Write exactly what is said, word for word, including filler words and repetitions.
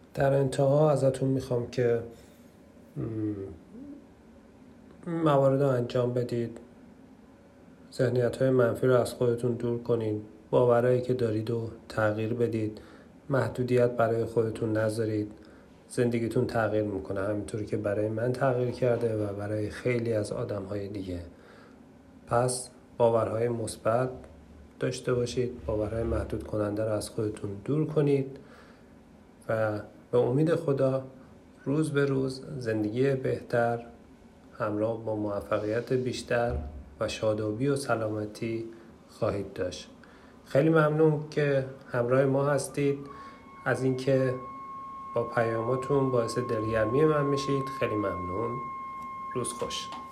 در انتها ازتون میخوام که موارد رو انجام بدید، ذهنیت‌های منفی رو از خودتون دور کنید، باورایی که دارید رو تغییر بدید، محدودیت برای خودتون نذارید. زندگیتون تغییر میکنه، همینطور که برای من تغییر کرده و برای خیلی از آدم‌های دیگه. پس باورهای مثبت داشته باشید، باورهای محدود کننده رو از خودتون دور کنید و به امید خدا روز به روز زندگی بهتر همراه با موفقیت بیشتر و شادابی و سلامتی خواهید داشت. خیلی ممنون که همراه ما هستید، از اینکه با پیاماتون باعث دلگرمی من میشید. خیلی ممنون. روز خوش.